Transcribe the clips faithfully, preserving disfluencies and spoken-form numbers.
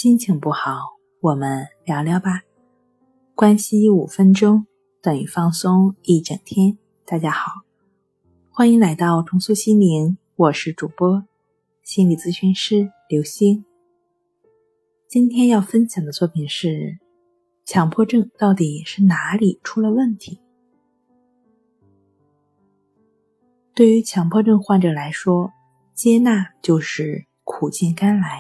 心情不好，我们聊聊吧。关系五分钟等于放松一整天。大家好，欢迎来到重塑心灵，我是主播心理咨询师刘星。今天要分享的作品是：强迫症到底是哪里出了问题？对于强迫症患者来说，接纳就是苦尽甘来。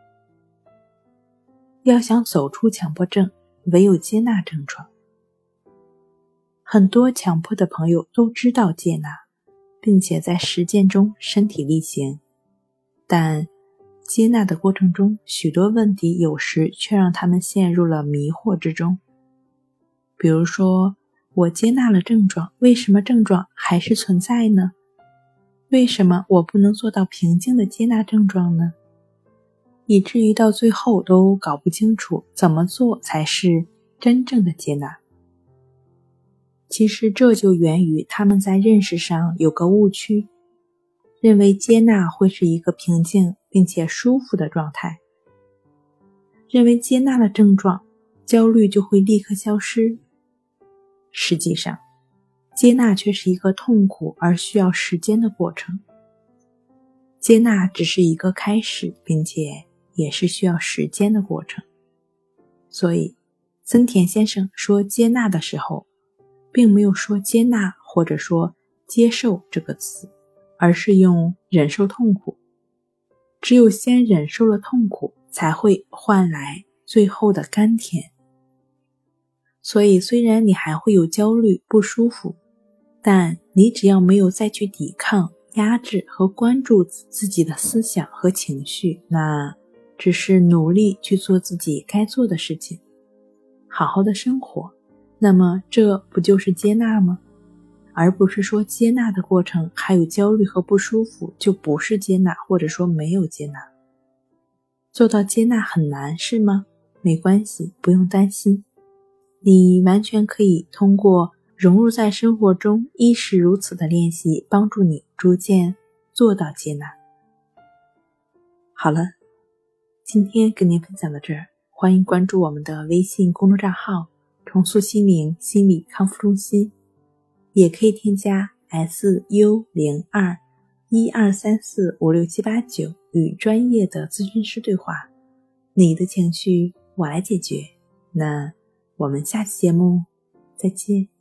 要想走出强迫症，唯有接纳症状。很多强迫的朋友都知道接纳，并且在实践中身体力行，但接纳的过程中，许多问题有时却让他们陷入了迷惑之中。比如说，我接纳了症状，为什么症状还是存在呢？为什么我不能做到平静的接纳症状呢？以至于到最后都搞不清楚怎么做才是真正的接纳。其实这就源于他们在认识上有个误区，认为接纳会是一个平静并且舒服的状态，认为接纳了症状，焦虑就会立刻消失。实际上，接纳却是一个痛苦而需要时间的过程。接纳只是一个开始，并且也是需要时间的过程。所以森田先生说接纳的时候，并没有说接纳或者说接受这个词，而是用忍受痛苦。只有先忍受了痛苦，才会换来最后的甘甜。所以虽然你还会有焦虑不舒服，但你只要没有再去抵抗、压制和关注自己的思想和情绪，那只是努力去做自己该做的事情，好好的生活，那么这不就是接纳吗？而不是说接纳的过程还有焦虑和不舒服，就不是接纳，或者说没有接纳。做到接纳很难，是吗？没关系，不用担心。你完全可以通过融入在生活中，亦是如此的练习，帮助你逐渐做到接纳。好了，今天跟您分享到这儿，欢迎关注我们的微信公众账号重塑心灵心理康复中心，也可以添加 S U 零二 一二三四五六七八九 与专业的咨询师对话。你的情绪我来解决。那我们下期节目再见。